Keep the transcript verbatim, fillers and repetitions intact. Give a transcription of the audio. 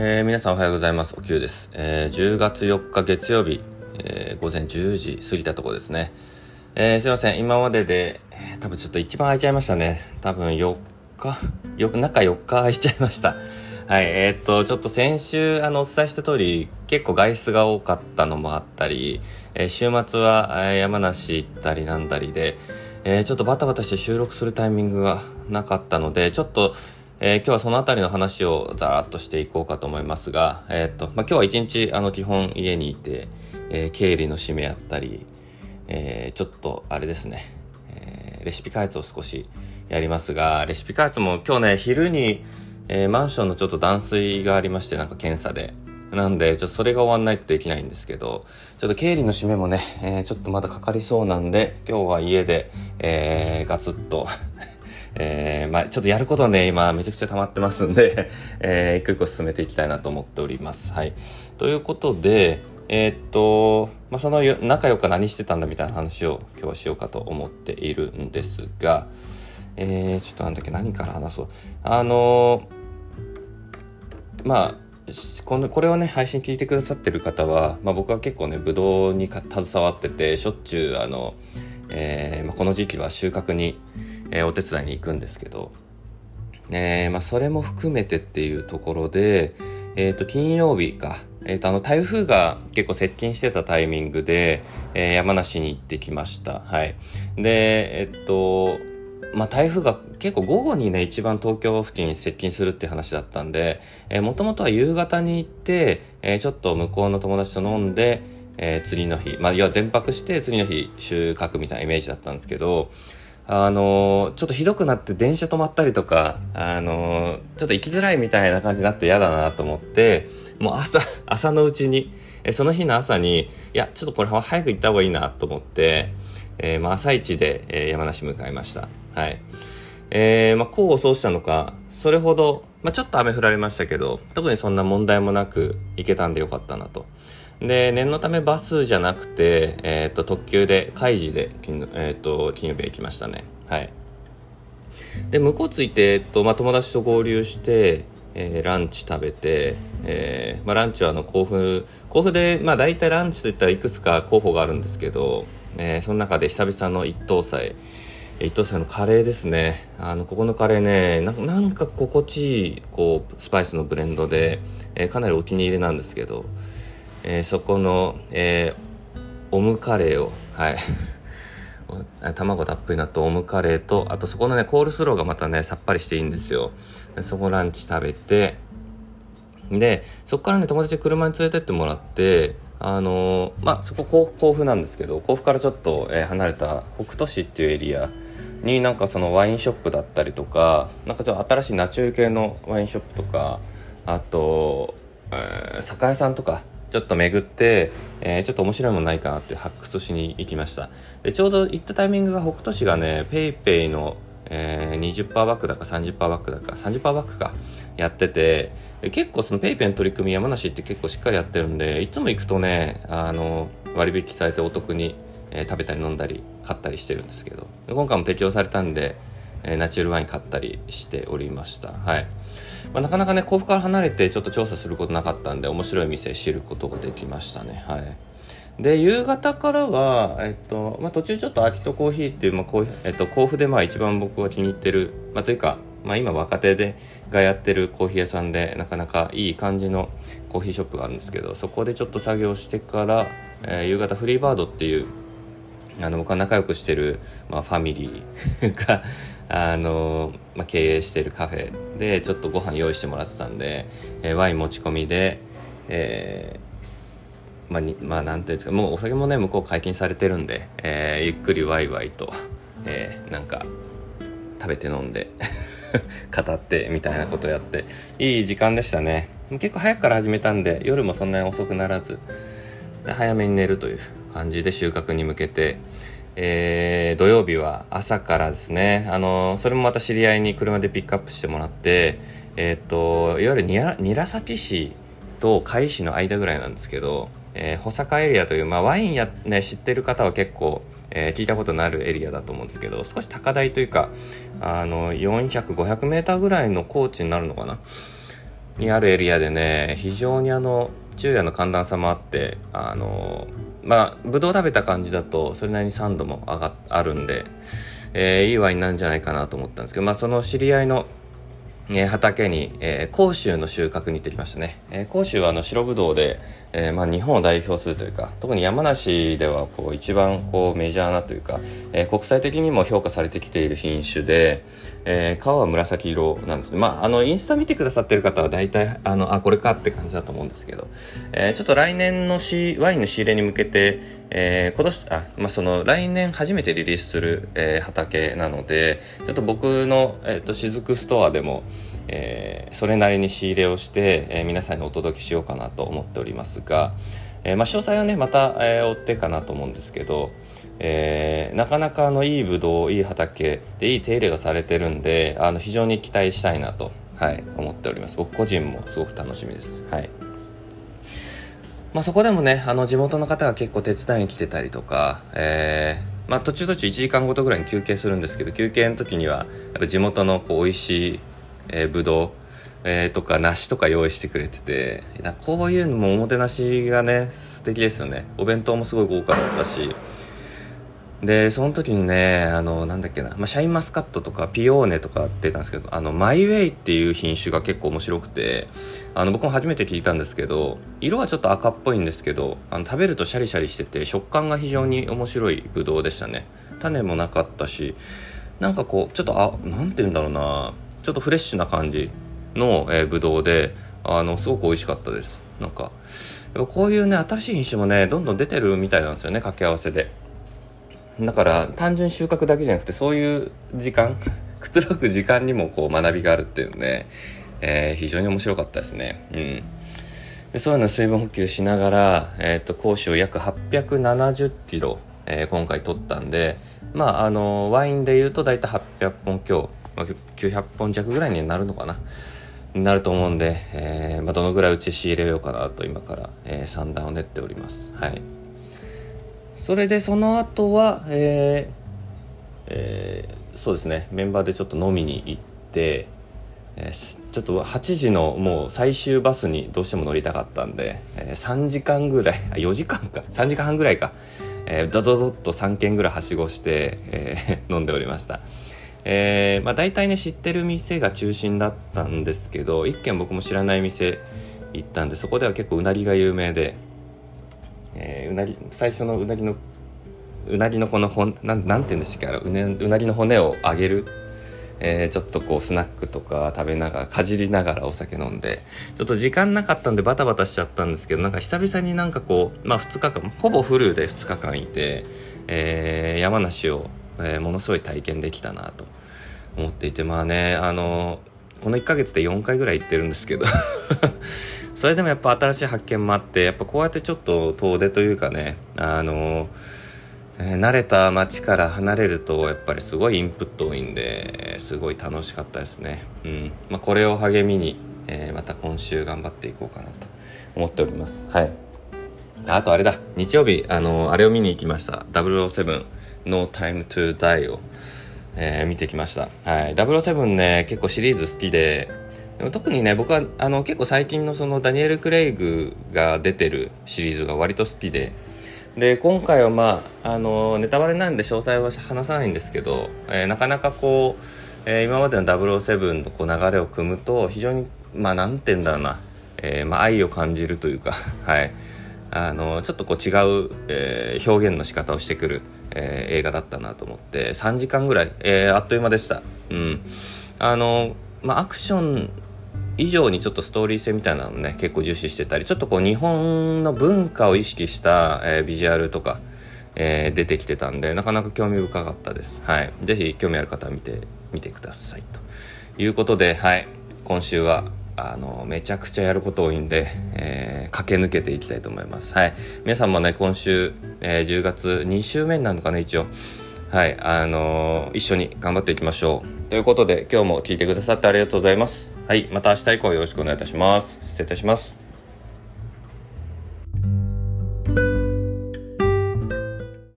えー、皆さんおはようございます。おきゅうです。えー、じゅうがつよっか月曜日、えー、午前じゅうじ過ぎたところですね。えー、すいません。今までで、えー、多分ちょっと一番空いちゃいましたね。多分よっか、よ中よっか空いちゃいました。はい、えー、っと、ちょっと先週、あの、お伝えした通り、結構外出が多かったのもあったり、えー、週末は、えー、山梨行ったりなんだりで、えー、ちょっとバタバタして収録するタイミングがなかったので、ちょっと、えー、今日はそのあたりの話をざーっとしていこうかと思いますが、えー、っと、まあ、今日は一日、あの、基本家にいて、えー、経理の締めやったり、えー、ちょっと、あれですね、えー、レシピ開発を少しやりますが、レシピ開発も今日ね、昼に、えー、マンションのちょっと断水がありまして、なんか検査で。なんで、ちょっとそれが終わんないとできないんですけど、ちょっと経理の締めもね、えー、ちょっとまだかかりそうなんで、今日は家で、えー、ガツッと、えー、まあちょっとやることね、今めちゃくちゃ溜まってますんで、えー、一個一個進めていきたいなと思っております。はい。ということで、えー、っと、まあその中よっか何してたんだみたいな話を今日はしようかと思っているんですが、えー、ちょっとなんだっけ、何から話そう。あのー、まあ、このこれをね配信聞いてくださってる方は、まあ、僕は結構ねブドウにか携わっててしょっちゅうあの、えーまあ、この時期は収穫に、えー、お手伝いに行くんですけど、えーまあ、それも含めてっていうところで、えー、と金曜日か、えー、とあの台風が結構接近してたタイミングで、えー、山梨に行ってきました。はい。でえっとまあ、台風が結構午後にね一番東京付近に接近するって話だったんで、えー、もともとは夕方に行って、えー、ちょっと向こうの友達と飲んで、えー、次の日、まあ、要は全泊して次の日収穫みたいなイメージだったんですけど、あのー、ちょっとひどくなって電車止まったりとか、あのー、ちょっと行きづらいみたいな感じになって嫌だなと思って、もう朝、朝のうちに、えー、その日の朝に、いや、ちょっとこれ早く行った方がいいなと思って、えー、まあ朝一で、えー、山梨向かいました。はい。えー、まあ、功を奏したのか、それほど、まあ、ちょっと雨降られましたけど、特にそんな問題もなく行けたんでよかったなと。で、念のためバスじゃなくて、えっと、特急で、海事で、えっと、金曜日へ行きましたね。はい。で、向こう着いて、えっと、まあ、友達と合流して、えー、ランチ食べて、えー、まあ、ランチはあの、甲府、甲府で、まあ、大体ランチといったらいくつか候補があるんですけど、えー、その中で久々の一等祭、一等祭のカレーですね。あのここのカレーね な, なんか心地いいこうスパイスのブレンドで、えー、かなりお気に入りなんですけど、えー、そこの、えー、オムカレーをはい卵たっぷりなとオムカレーと、あとそこのねコールスローがまたねさっぱりしていいんですよ。でそこランチ食べて、でそこからね友達車に連れてってもらって、あのー、まあそこ甲府なんですけど、甲府からちょっと、えー、離れた北斗市っていうエリアになんかそのワインショップだったりとか、なんかちょっと新しいナチュール系のワインショップとか、あと、えー、酒屋さんとかちょっと巡って、えー、ちょっと面白いものないかなって発掘しに行きました。でちょうど行ったタイミングが北斗市がねペイペイの、えー、にじゅっパーセント バックだか さんじゅっパーセント バックだか さんじゅっパーセント バックかやってて、結構そのペイペイの取り組み山梨って結構しっかりやってるんで、いつも行くとねあの割引されてお得に、えー、食べたり飲んだり買ったりしてるんですけど、今回も適用されたんで、えー、ナチュラルワイン買ったりしておりました。はい。まあ、なかなかね甲府から離れてちょっと調査することなかったんで、面白い店知ることができましたね。はい。で夕方からは、えっとまあ、途中ちょっと秋とコーヒーっていう、まあこうえっと、甲府でまあ一番僕が気に入ってる、まあ、というか、まあ、今若手でがやってるコーヒー屋さんでなかなかいい感じのコーヒーショップがあるんですけど、そこでちょっと作業してから、えー、夕方フリーバードっていうあの僕は仲良くしてる、まあ、ファミリーがあの、まあ、経営してるカフェでちょっとご飯用意してもらってたんで、えー、ワイン持ち込みで、えーまあ、にまあなんていうんですか、もうお酒もね向こう解禁されてるんで、えー、ゆっくりワイワイと、えー、なんか食べて飲んで語ってみたいなことをやっていい時間でしたね。結構早くから始めたんで夜もそんなに遅くならず、早めに寝るという感じで収穫に向けて、えー、土曜日は朝からですね、あのー、それもまた知り合いに車でピックアップしてもらって、えー、っといわゆる韮崎市と甲斐市の間ぐらいなんですけど、えー、保坂エリアという、まあ、ワインや、ね、知ってる方は結構、えー、聞いたことのあるエリアだと思うんですけど、少し高台というかあのよんひゃく、ごひゃくメーターぐらいの高地になるのかなにあるエリアでね、非常にあの昼夜の寒暖差もあって、あのまあブドウ食べた感じだとそれなりに酸度も上があるんで、えー、いいワインなんじゃないかなと思ったんですけど、まあその知り合いのえー、畑に、えー、甲州の収穫に行ってきましたね。えー、甲州はあの白ぶどうで、えーまあ、日本を代表するというか、特に山梨ではこう一番こうメジャーなというか、えー、国際的にも評価されてきている品種で、えー、皮は紫色なんですね。まあ、あのインスタ見てくださってる方は大体あのあこれかって感じだと思うんですけど、えー、ちょっと来年のしワインの仕入れに向けて、えー、今年あ、まあ、その来年初めてリリースする、えー、畑なので、ちょっと僕の、えー、と雫ストアでもえー、それなりに仕入れをして、えー、皆さんにお届けしようかなと思っておりますが、えーまあ、詳細はねまた、えー、追ってかなと思うんですけど、えー、なかなかあのいいブドウいい畑でいい手入れがされてるんで、あの非常に期待したいなと、はい、思っております。僕個人もすごく楽しみです。はい。まあ、そこでもねあの地元の方が結構手伝いに来てたりとか、えーまあ、途中途中いちじかんごとぐらいに休憩するんですけど、休憩の時にはやっぱ地元のこう美味しいえー、ぶどう、えー、とか梨とか用意してくれてて、こういうのもおもてなしがね素敵ですよね。お弁当もすごい豪華だったし、でその時にねあのなんだっけな、まあ、シャインマスカットとかピオーネとか出たんですけど、あのマイウェイっていう品種が結構面白くて、あの僕も初めて聞いたんですけど、色はちょっと赤っぽいんですけど、あの食べるとシャリシャリしてて食感が非常に面白いぶどうでしたね。種もなかったし、なんかこうちょっとあなんて言うんだろうな、ちょっとフレッシュな感じの、えー、ブドウで、あのすごく美味しかったです。なんかこういうね新しい品種もねどんどん出てるみたいなんですよね、掛け合わせで。だから単純収穫だけじゃなくて、そういう時間くつろぐ時間にもこう学びがあるっていうので、えー、非常に面白かったですね。うん。でそういうの水分補給しながら、えー、と講師を約はっぴゃくななじゅっキロ、えー、今回取ったんで、まああのワインでいうとだいたいはっぴゃっぽん強、まあ、きゅうひゃっぽん弱ぐらいになるのかななると思うんで、えーまあ、どのぐらいうち仕入れようかなと今から、えー、算段を練っております。はい。それでその後は、えーえー、そうですね、メンバーでちょっと飲みに行って、えー、ちょっとはちじのもう最終バスにどうしても乗りたかったんで、えー、さんじかんぐらいあよじかんかさんじかんはんぐらいか、えー、ドドドッとさんけんぐらいはしごして、えー、飲んでおりました。えーまあ、大体ね知ってる店が中心だったんですけど、一軒僕も知らない店行ったんで、そこでは結構うなぎが有名で、えー、うなぎ最初のうなぎのうなぎのこのほんなん、なんて言うんでしたっけ、う, ね、うなぎの骨を揚げる、えー、ちょっとこうスナックとか食べながらかじりながらお酒飲んで、ちょっと時間なかったんでバタバタしちゃったんですけど、なんか久々になんかこう、まあ、ふつかかんほぼフルでふつかかんいて、えー、山梨を、えー、ものすごい体験できたなと思っていて、まあねあのこのいっかげつでよんかいぐらい行ってるんですけどそれでもやっぱ新しい発見もあって、やっぱこうやってちょっと遠出というかね、あのえー、慣れた街から離れるとやっぱりすごいインプット多いんで、えー、すごい楽しかったですね。うん。まあ、これを励みに、えー、また今週頑張っていこうかなと思っております。はい。あとあれだ、日曜日あのあれを見に行きました。ダブルオーセブン No Time to Die を、えー、見てきました。はい。ダブルオーセブン ね結構シリーズ好きで、でも特にね僕はあの結構最近のそのダニエル・クレイグが出てるシリーズが割と好きで。で今回はまああのネタバレなんで詳細は話さないんですけど、えー、なかなかこう、えー、今までのダブルオーセブンのこう流れを組むと非常にまあなんて言うんだろうな、えーまあ、愛を感じるというかはいあのちょっとこう違う、えー、表現の仕方をしてくる、えー、映画だったなと思って、さんじかんぐらい、えー、あっという間でした。うんあのまあアクション以上にちょっとストーリー性みたいなのね結構重視してたり、ちょっとこう日本の文化を意識した、えー、ビジュアルとか、えー、出てきてたんで、なかなか興味深かったです。はい、ぜひ興味ある方は見てみてくださいということで、はい、今週はあのめちゃくちゃやること多いんで、えー、駆け抜けていきたいと思います。はい、皆さんもね今週、えー、じゅうがつに週目になるのかな一応。はい、あのー、一緒に頑張っていきましょうということで、今日も聞いてくださってありがとうございます。はい、また明日以降よろしくお願いいたします。失礼いたします。